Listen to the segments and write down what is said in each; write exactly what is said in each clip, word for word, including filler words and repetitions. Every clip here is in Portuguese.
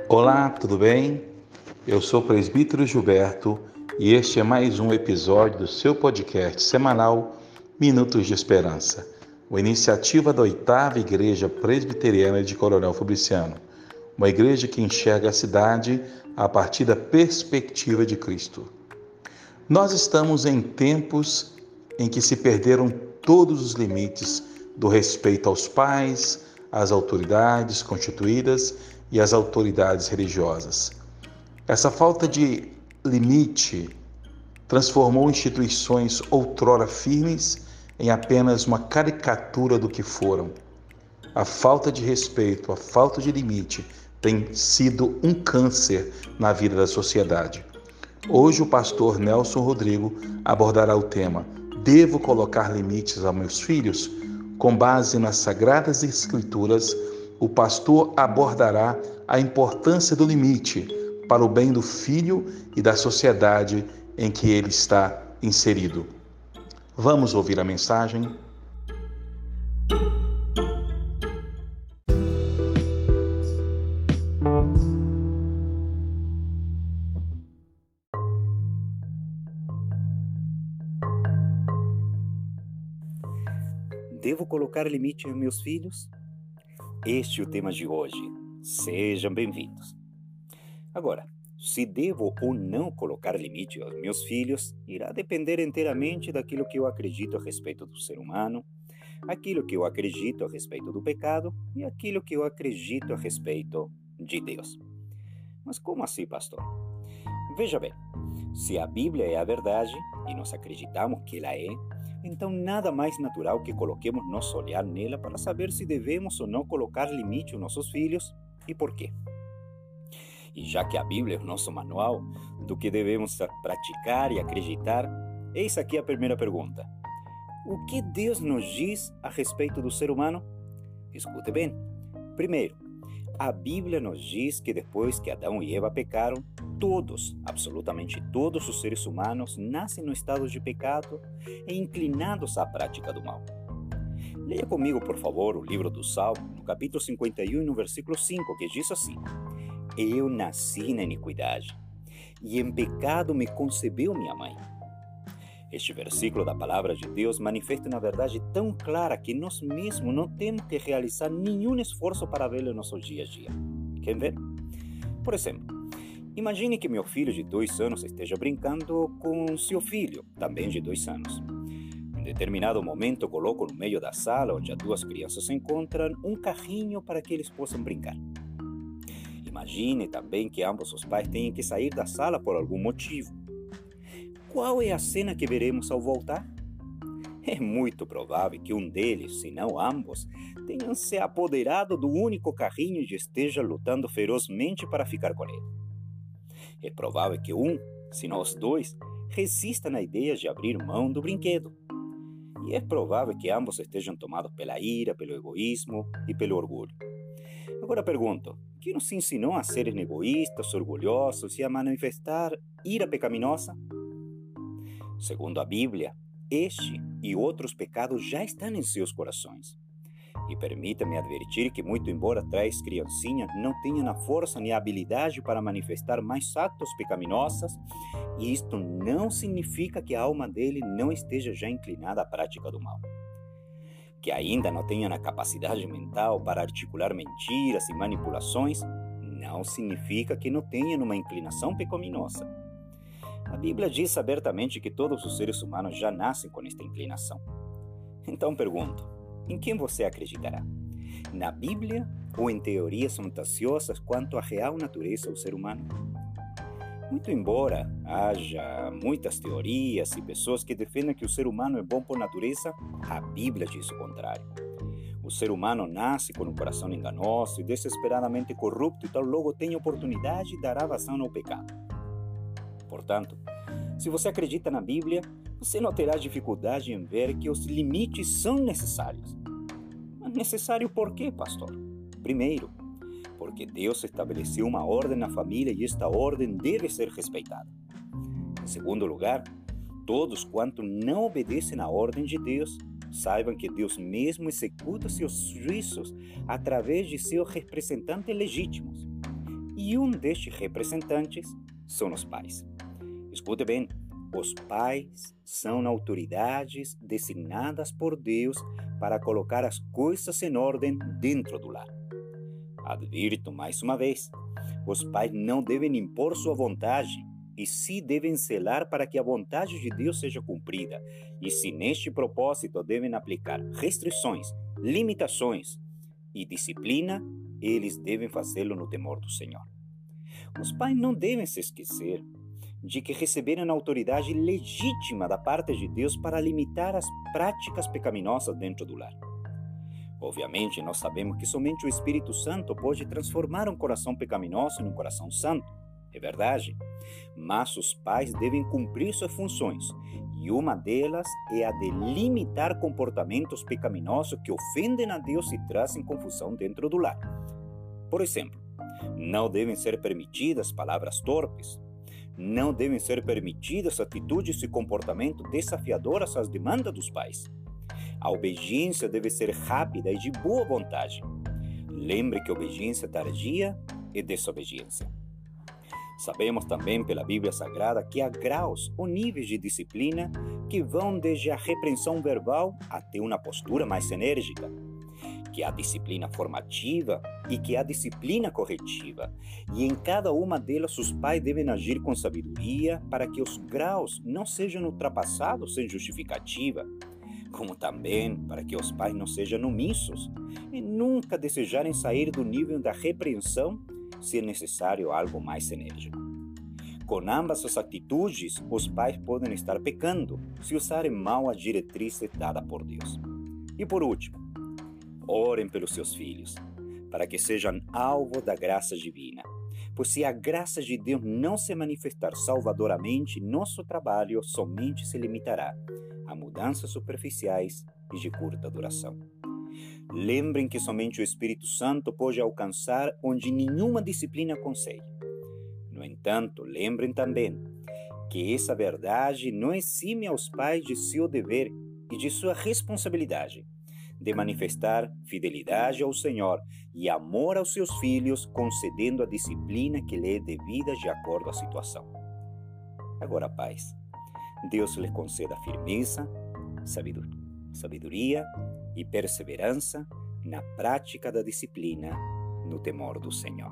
Olá, tudo bem? Eu sou o presbítero Gilberto e este é mais um episódio do seu podcast semanal Minutos de Esperança, uma iniciativa da oitava Igreja Presbiteriana de Coronel Fabriciano, uma igreja que enxerga a cidade a partir da perspectiva de Cristo. Nós estamos em tempos em que se perderam todos os limites do respeito aos pais, às autoridades constituídas e às autoridades religiosas. Essa falta de limite transformou instituições outrora firmes em apenas uma caricatura do que foram. A falta de respeito, a falta de limite tem sido um câncer na vida da sociedade. Hoje o pastor Nelson Rodrigo abordará o tema Devo colocar limites aos meus filhos? Com base nas Sagradas Escrituras, o pastor abordará a importância do limite para o bem do filho e da sociedade em que ele está inserido. Vamos ouvir a mensagem? Devo colocar limite aos meus filhos? Este é o tema de hoje. Sejam bem-vindos. Agora, se devo ou não colocar limite aos meus filhos, irá depender inteiramente daquilo que eu acredito a respeito do ser humano, aquilo que eu acredito a respeito do pecado e aquilo que eu acredito a respeito de Deus. Mas como assim, pastor? Veja bem, se a Bíblia é a verdade e nós acreditamos que ela é, então nada mais natural que coloquemos nosso olhar nela para saber se devemos ou não colocar limite aos nossos filhos e por quê. E já que a Bíblia é o nosso manual do que devemos praticar e acreditar, eis aqui a primeira pergunta. O que Deus nos diz a respeito do ser humano? Escute bem. Primeiro, a Bíblia nos diz que depois que Adão e Eva pecaram, todos, absolutamente todos os seres humanos nascem no estado de pecado e inclinados à prática do mal. Leia comigo, por favor, o livro do Salmo, no capítulo cinquenta e um, no versículo cinco, que diz assim: Eu nasci na iniquidade, e em pecado me concebeu minha mãe. Este versículo da palavra de Deus manifesta uma verdade tão clara que nós mesmos não temos que realizar nenhum esforço para vê-lo no nosso dia a dia. Quer ver? Por exemplo, imagine que meu filho de dois anos esteja brincando com seu filho, também de dois anos. Em determinado momento, coloco no meio da sala, onde as duas crianças se encontram, um carrinho para que eles possam brincar. Imagine também que ambos os pais tenham que sair da sala por algum motivo. Qual é a cena que veremos ao voltar? É muito provável que um deles, se não ambos, tenham se apoderado do único carrinho e esteja lutando ferozmente para ficar com ele. É provável que um, se não os dois, resista na ideia de abrir mão do brinquedo. E é provável que ambos estejam tomados pela ira, pelo egoísmo e pelo orgulho. Agora pergunto, quem nos ensinou a ser egoístas, orgulhosos e a manifestar ira pecaminosa? Segundo a Bíblia, este e outros pecados já estão em seus corações. E permita-me advertir que, muito embora três criancinhas não tenham a força nem a habilidade para manifestar mais atos pecaminosos, isto não significa que a alma dele não esteja já inclinada à prática do mal. Que ainda não tenham a capacidade mental para articular mentiras e manipulações, não significa que não tenham uma inclinação pecaminosa. A Bíblia diz abertamente que todos os seres humanos já nascem com esta inclinação. Então pergunto, em quem você acreditará? Na Bíblia ou em teorias fantasiosas quanto à real natureza do ser humano? Muito embora haja muitas teorias e pessoas que defendem que o ser humano é bom por natureza, a Bíblia diz o contrário. O ser humano nasce com um coração enganoso e desesperadamente corrupto e tal logo tem oportunidade e dará vazão ao pecado. Portanto, se você acredita na Bíblia, você não terá dificuldade em ver que os limites são necessários. Mas necessário por quê, pastor? Primeiro, porque Deus estabeleceu uma ordem na família e esta ordem deve ser respeitada. Em segundo lugar, todos quanto não obedecem à ordem de Deus, saibam que Deus mesmo executa seus juízos através de seus representantes legítimos. E um destes representantes são os pais. Escute bem, os pais são autoridades designadas por Deus para colocar as coisas em ordem dentro do lar. Advirto mais uma vez, os pais não devem impor sua vontade, e sim devem zelar para que a vontade de Deus seja cumprida, e se neste propósito devem aplicar restrições, limitações e disciplina, eles devem fazê-lo no temor do Senhor. Os pais não devem se esquecer de que receberam a autoridade legítima da parte de Deus para limitar as práticas pecaminosas dentro do lar. Obviamente, nós sabemos que somente o Espírito Santo pode transformar um coração pecaminoso em um coração santo. É verdade, mas os pais devem cumprir suas funções, e uma delas é a de limitar comportamentos pecaminosos que ofendem a Deus e trazem confusão dentro do lar. Por exemplo, não devem ser permitidas palavras torpes, não devem ser permitidas atitudes e comportamentos desafiadores às demandas dos pais. A obediência deve ser rápida e de boa vontade. Lembre que obediência tardia é desobediência. Sabemos também pela Bíblia Sagrada que há graus ou níveis de disciplina que vão desde a repreensão verbal até uma postura mais enérgica, que há disciplina formativa e que há disciplina corretiva, e em cada uma delas os pais devem agir com sabedoria para que os graus não sejam ultrapassados sem justificativa, como também para que os pais não sejam omissos e nunca desejarem sair do nível da repreensão se é necessário algo mais enérgico. Com ambas as atitudes, os pais podem estar pecando se usarem mal as diretrizes dadas por Deus. E por último, orem pelos seus filhos, para que sejam alvo da graça divina. Pois se a graça de Deus não se manifestar salvadoramente, nosso trabalho somente se limitará a mudanças superficiais e de curta duração. Lembrem que somente o Espírito Santo pode alcançar onde nenhuma disciplina consegue. No entanto, lembrem também que essa verdade não exime aos pais de seu dever e de sua responsabilidade de manifestar fidelidade ao Senhor e amor aos seus filhos, concedendo a disciplina que lhe é devida de acordo à situação. Agora, pais, Deus lhes conceda firmeza, sabedoria e perseverança na prática da disciplina, no temor do Senhor.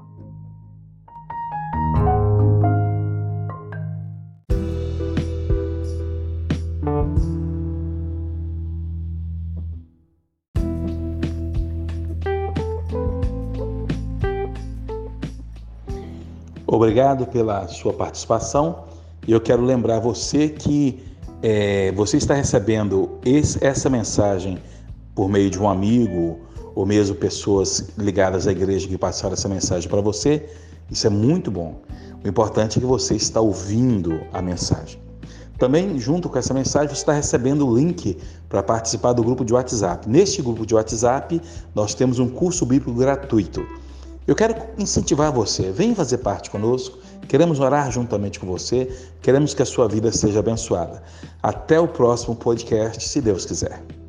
Obrigado pela sua participação. E eu quero lembrar você que é, você está recebendo esse, essa mensagem por meio de um amigo ou mesmo pessoas ligadas à igreja que passaram essa mensagem para você. Isso é muito bom. O importante é que você está ouvindo a mensagem. Também, junto com essa mensagem, você está recebendo o link para participar do grupo de WhatsApp. Neste grupo de WhatsApp, nós temos um curso bíblico gratuito. Eu quero incentivar você, venha fazer parte conosco, queremos orar juntamente com você, queremos que a sua vida seja abençoada. Até o próximo podcast, se Deus quiser.